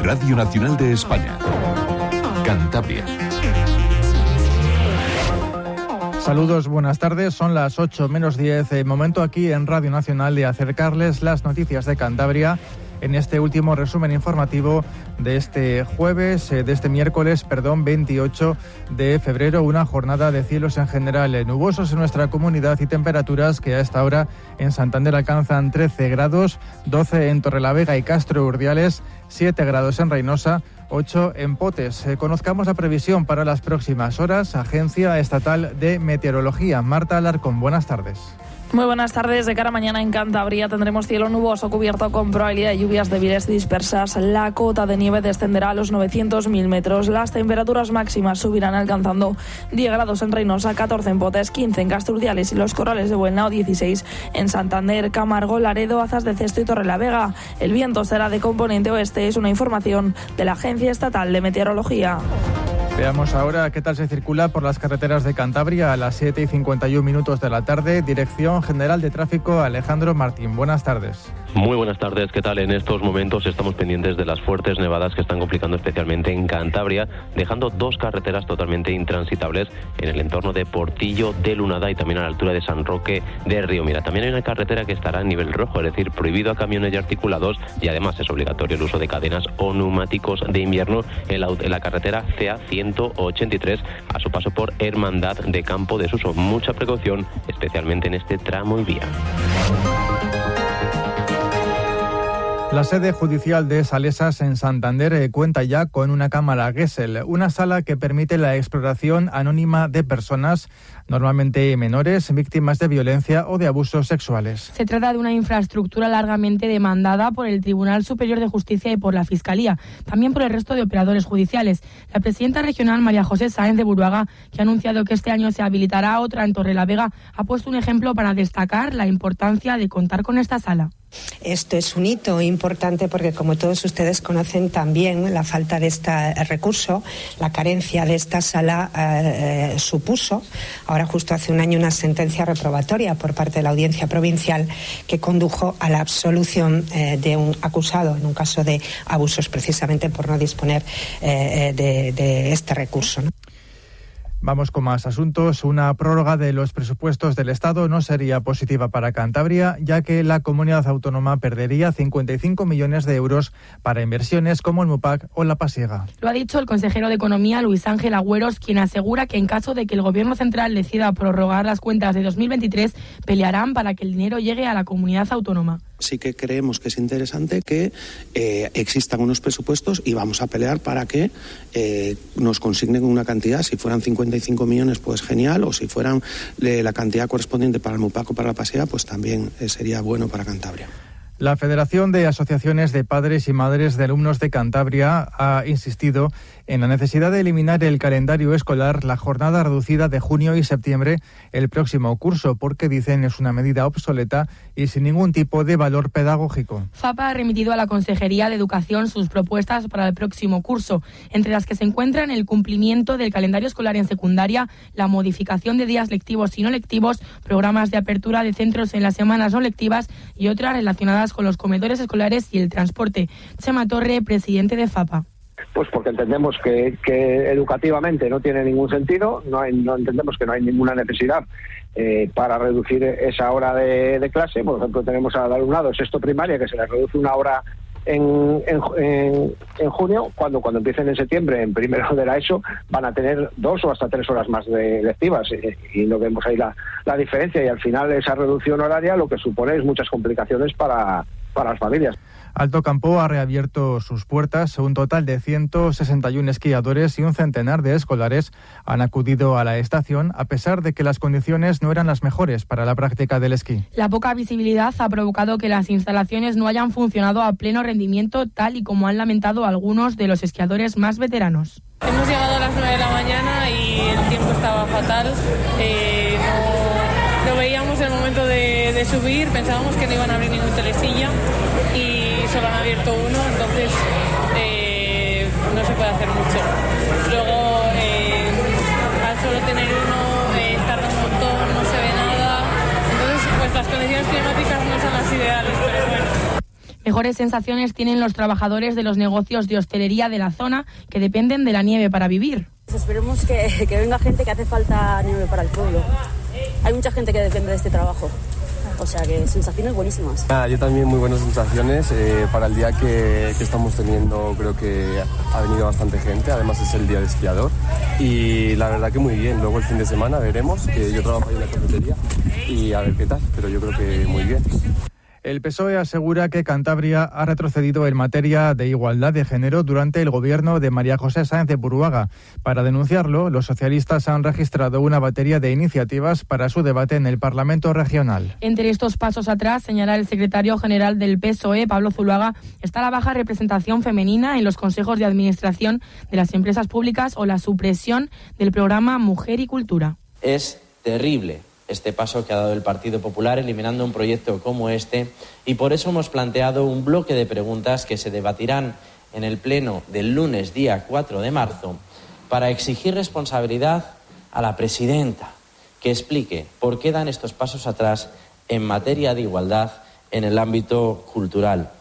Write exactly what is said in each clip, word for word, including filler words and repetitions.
Radio Nacional de España. Cantabria. Saludos, buenas tardes. Son las ocho menos diez. Eh, momento aquí en Radio Nacional de acercarles las noticias de Cantabria en este último resumen informativo de este jueves, eh, de este miércoles, perdón, veintiocho de febrero. Una jornada de cielos en general eh, nubosos en nuestra comunidad y temperaturas que a esta hora en Santander alcanzan trece grados, doce en Torrelavega y Castro Urdiales, siete grados en Reynosa, ocho en Potes. Eh, conozcamos la previsión para las próximas horas. Agencia Estatal de Meteorología. Marta Alarcón, buenas tardes. Muy buenas tardes. De cara a mañana en Cantabria tendremos cielo nuboso cubierto con probabilidad de lluvias débiles dispersas. La cota de nieve descenderá a los novecientos mil metros. Las temperaturas máximas subirán alcanzando diez grados en Reynosa, catorce en Potes, quince en Castro Urdiales y Los Corrales de Buelnao, dieciséis en Santander, Camargo, Laredo, Azas de Cesto y Torrelavega. El viento será de componente oeste. Es una información de la Agencia Estatal de Meteorología. Veamos ahora qué tal se circula por las carreteras de Cantabria a las siete y cincuenta y un minutos de la tarde. Dirección General de Tráfico, Alejandro Martín. Buenas tardes. Muy buenas tardes, ¿qué tal? En estos momentos estamos pendientes de las fuertes nevadas que están complicando especialmente en Cantabria, dejando dos carreteras totalmente intransitables en el entorno de Portillo de Lunada y también a la altura de San Roque de Río Mira. También hay una carretera que estará a nivel rojo, es decir, prohibido a camiones y articulados, y además es obligatorio el uso de cadenas o neumáticos de invierno en la, en la carretera C A ciento ochenta y tres a su paso por Hermandad de Campo de Suso. Mucha precaución, especialmente en este tramo y vía. La sede judicial de Salesas en Santander eh, cuenta ya con una cámara Gesell, una sala que permite la exploración anónima de personas, normalmente menores, víctimas de violencia o de abusos sexuales. Se trata de una infraestructura largamente demandada por el Tribunal Superior de Justicia y por la Fiscalía, también por el resto de operadores judiciales. La presidenta regional, María José Sáenz de Buruaga, que ha anunciado que este año se habilitará otra en Torrelavega, ha puesto un ejemplo para destacar la importancia de contar con esta sala. Esto es un hito importante porque, como todos ustedes conocen, también la falta de este recurso, la carencia de esta sala eh, supuso, ahora justo hace un año, una sentencia reprobatoria por parte de la Audiencia Provincial que condujo a la absolución eh, de un acusado en un caso de abusos, precisamente por no disponer eh, de, de este recurso, ¿no? Vamos con más asuntos. Una prórroga de los presupuestos del Estado no sería positiva para Cantabria, ya que la comunidad autónoma perdería cincuenta y cinco millones de euros para inversiones como el MUPAC o la Pasiega. Lo ha dicho el consejero de Economía, Luis Ángel Agüeros, quien asegura que en caso de que el Gobierno central decida prorrogar las cuentas de dos mil veintitrés, pelearán para que el dinero llegue a la comunidad autónoma. Sí que creemos que es interesante que eh, existan unos presupuestos y vamos a pelear para que eh, nos consignen una cantidad. Si fueran cincuenta y cinco millones, pues genial, o si fueran eh, la cantidad correspondiente para el MUPAC o para la Pasiega, pues también eh, sería bueno para Cantabria. La Federación de Asociaciones de Padres y Madres de Alumnos de Cantabria ha insistido en la necesidad de eliminar el calendario escolar, la jornada reducida de junio y septiembre el próximo curso, porque dicen es una medida obsoleta y sin ningún tipo de valor pedagógico. FAPA ha remitido a la Consejería de Educación sus propuestas para el próximo curso, entre las que se encuentran el cumplimiento del calendario escolar en secundaria, la modificación de días lectivos y no lectivos, programas de apertura de centros en las semanas no lectivas y otras relacionadas con los comedores escolares y el transporte. Chema Torre, presidente de FAPA. Pues porque entendemos que, que educativamente no tiene ningún sentido, no, hay, no entendemos que no hay ninguna necesidad eh, para reducir esa hora de, de clase. Por ejemplo, tenemos al alumnado sexto primaria que se les reduce una hora en, en, en, en junio, cuando cuando empiecen en septiembre, en primero de la ESO, van a tener dos o hasta tres horas más de lectivas y, y no vemos ahí la, la diferencia, y al final esa reducción horaria lo que supone es muchas complicaciones para, para las familias. Alto Campo ha reabierto sus puertas. Un total de ciento sesenta y uno esquiadores y un centenar de escolares han acudido a la estación, a pesar de que las condiciones no eran las mejores para la práctica del esquí. La poca visibilidad ha provocado que las instalaciones no hayan funcionado a pleno rendimiento, tal y como han lamentado algunos de los esquiadores más veteranos. Hemos llegado a las nueve de la mañana y el tiempo estaba fatal. Eh, no, no veíamos el momento de, de subir, pensábamos que no iban a abrir ningún telesilla y solo han abierto uno, entonces eh, no se puede hacer mucho. Luego, eh, al solo tener uno, eh, tarda un montón, no se ve nada. Entonces, pues las condiciones climáticas no son las ideales, pero bueno. Mejores sensaciones tienen los trabajadores de los negocios de hostelería de la zona que dependen de la nieve para vivir. Esperemos que, que venga gente, que hace falta nieve para el pueblo. Hay mucha gente que depende de este trabajo. O sea que sensaciones buenísimas. Ah, yo también muy buenas sensaciones eh, para el día que, que estamos teniendo. Creo que ha venido bastante gente, además es el día de esquiador y la verdad que muy bien. Luego el fin de semana veremos, que yo trabajo ahí en la cafetería y a ver qué tal, pero yo creo que muy bien. El P S O E asegura que Cantabria ha retrocedido en materia de igualdad de género durante el gobierno de María José Sáenz de Buruaga. Para denunciarlo, los socialistas han registrado una batería de iniciativas para su debate en el Parlamento regional. Entre estos pasos atrás, señala el secretario general del P S O E, Pablo Zuluaga, está la baja representación femenina en los consejos de administración de las empresas públicas o la supresión del programa Mujer y Cultura. Es terrible este paso que ha dado el Partido Popular eliminando un proyecto como este y por eso hemos planteado un bloque de preguntas que se debatirán en el pleno del lunes día cuatro de marzo para exigir responsabilidad a la presidenta que explique por qué dan estos pasos atrás en materia de igualdad en el ámbito cultural.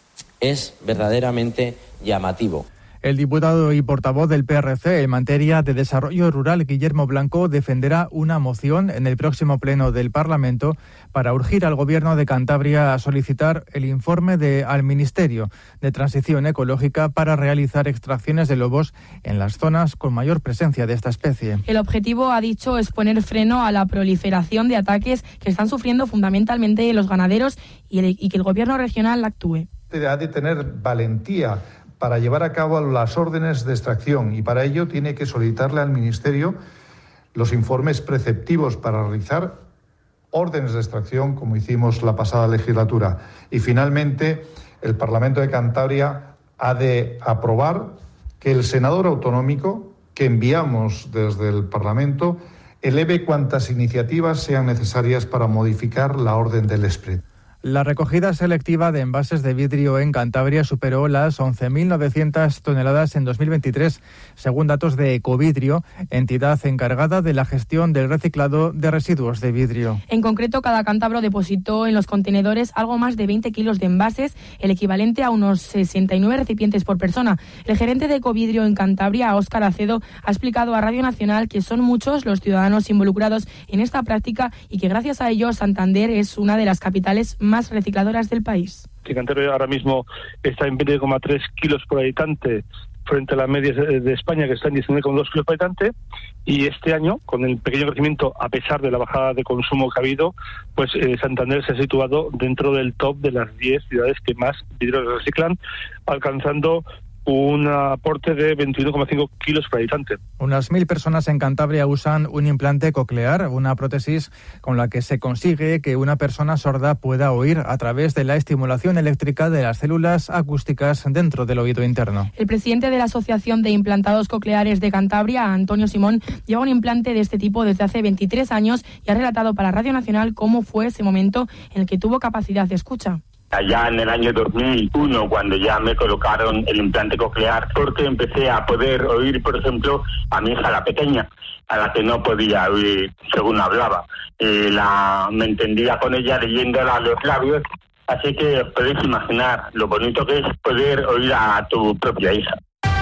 Es verdaderamente llamativo. El diputado y portavoz del P R C en materia de desarrollo rural, Guillermo Blanco, defenderá una moción en el próximo pleno del Parlamento para urgir al Gobierno de Cantabria a solicitar el informe de, al Ministerio de Transición Ecológica para realizar extracciones de lobos en las zonas con mayor presencia de esta especie. El objetivo, ha dicho, es poner freno a la proliferación de ataques que están sufriendo fundamentalmente los ganaderos y, el, y que el Gobierno regional actúe. Ha de tener valentía para llevar a cabo las órdenes de extracción y para ello tiene que solicitarle al Ministerio los informes preceptivos para realizar órdenes de extracción como hicimos la pasada legislatura. Y finalmente el Parlamento de Cantabria ha de aprobar que el senador autonómico que enviamos desde el Parlamento eleve cuantas iniciativas sean necesarias para modificar la orden del Expret. La recogida selectiva de envases de vidrio en Cantabria superó las once mil novecientas toneladas en dos mil veintitrés, según datos de Ecovidrio, entidad encargada de la gestión del reciclado de residuos de vidrio. En concreto, cada cántabro depositó en los contenedores algo más de veinte kilos de envases, el equivalente a unos sesenta y nueve recipientes por persona. El gerente de Ecovidrio en Cantabria, Óscar Acedo, ha explicado a Radio Nacional que son muchos los ciudadanos involucrados en esta práctica y que gracias a ello Santander es una de las capitales más más recicladoras del país. Cantabria ahora mismo está en veinte coma tres kilos por habitante frente a la media de España, que está en diecinueve coma dos kilos por habitante, y este año, con el pequeño crecimiento a pesar de la bajada de consumo que ha habido, pues eh, Santander se ha situado dentro del top de las diez ciudades que más vidrio reciclan, alcanzando un aporte de veintiuno coma cinco kilos por habitante. Unas mil personas en Cantabria usan un implante coclear, una prótesis con la que se consigue que una persona sorda pueda oír a través de la estimulación eléctrica de las células acústicas dentro del oído interno. El presidente de la Asociación de Implantados Cocleares de Cantabria, Antonio Simón, lleva un implante de este tipo desde hace veintitrés años y ha relatado para Radio Nacional cómo fue ese momento en el que tuvo capacidad de escucha. Allá en el año dos mil uno, cuando ya me colocaron el implante coclear, porque empecé a poder oír, por ejemplo, a mi hija, la pequeña, a la que no podía oír según hablaba. Eh, la, me entendía con ella leyéndola a los labios, así que os podéis imaginar lo bonito que es poder oír a tu propia hija.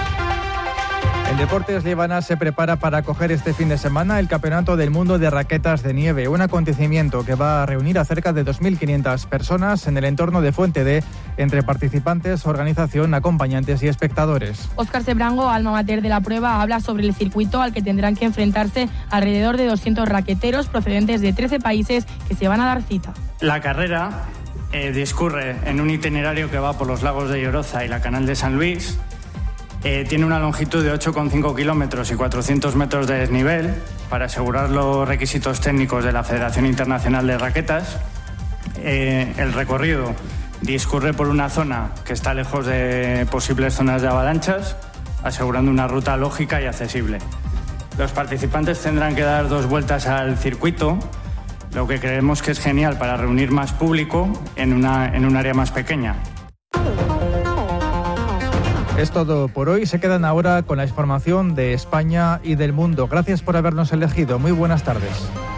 En Deportes, Líbana se prepara para acoger este fin de semana el Campeonato del Mundo de Raquetas de Nieve, un acontecimiento que va a reunir a cerca de dos mil quinientas personas en el entorno de Fuente D, entre participantes, organización, acompañantes y espectadores. Óscar Sebrango, alma mater de la prueba, habla sobre el circuito al que tendrán que enfrentarse alrededor de doscientos raqueteros procedentes de trece países que se van a dar cita. La carrera eh, discurre en un itinerario que va por los lagos de Lloroza y la Canal de San Luis. Eh, tiene una longitud de ocho coma cinco kilómetros y cuatrocientos metros de desnivel para asegurar los requisitos técnicos de la Federación Internacional de Raquetas. Eh, el recorrido discurre por una zona que está lejos de posibles zonas de avalanchas, asegurando una ruta lógica y accesible. Los participantes tendrán que dar dos vueltas al circuito, lo que creemos que es genial para reunir más público en, una, en un área más pequeña. Es todo por hoy. Se quedan ahora con la información de España y del mundo. Gracias por habernos elegido. Muy buenas tardes.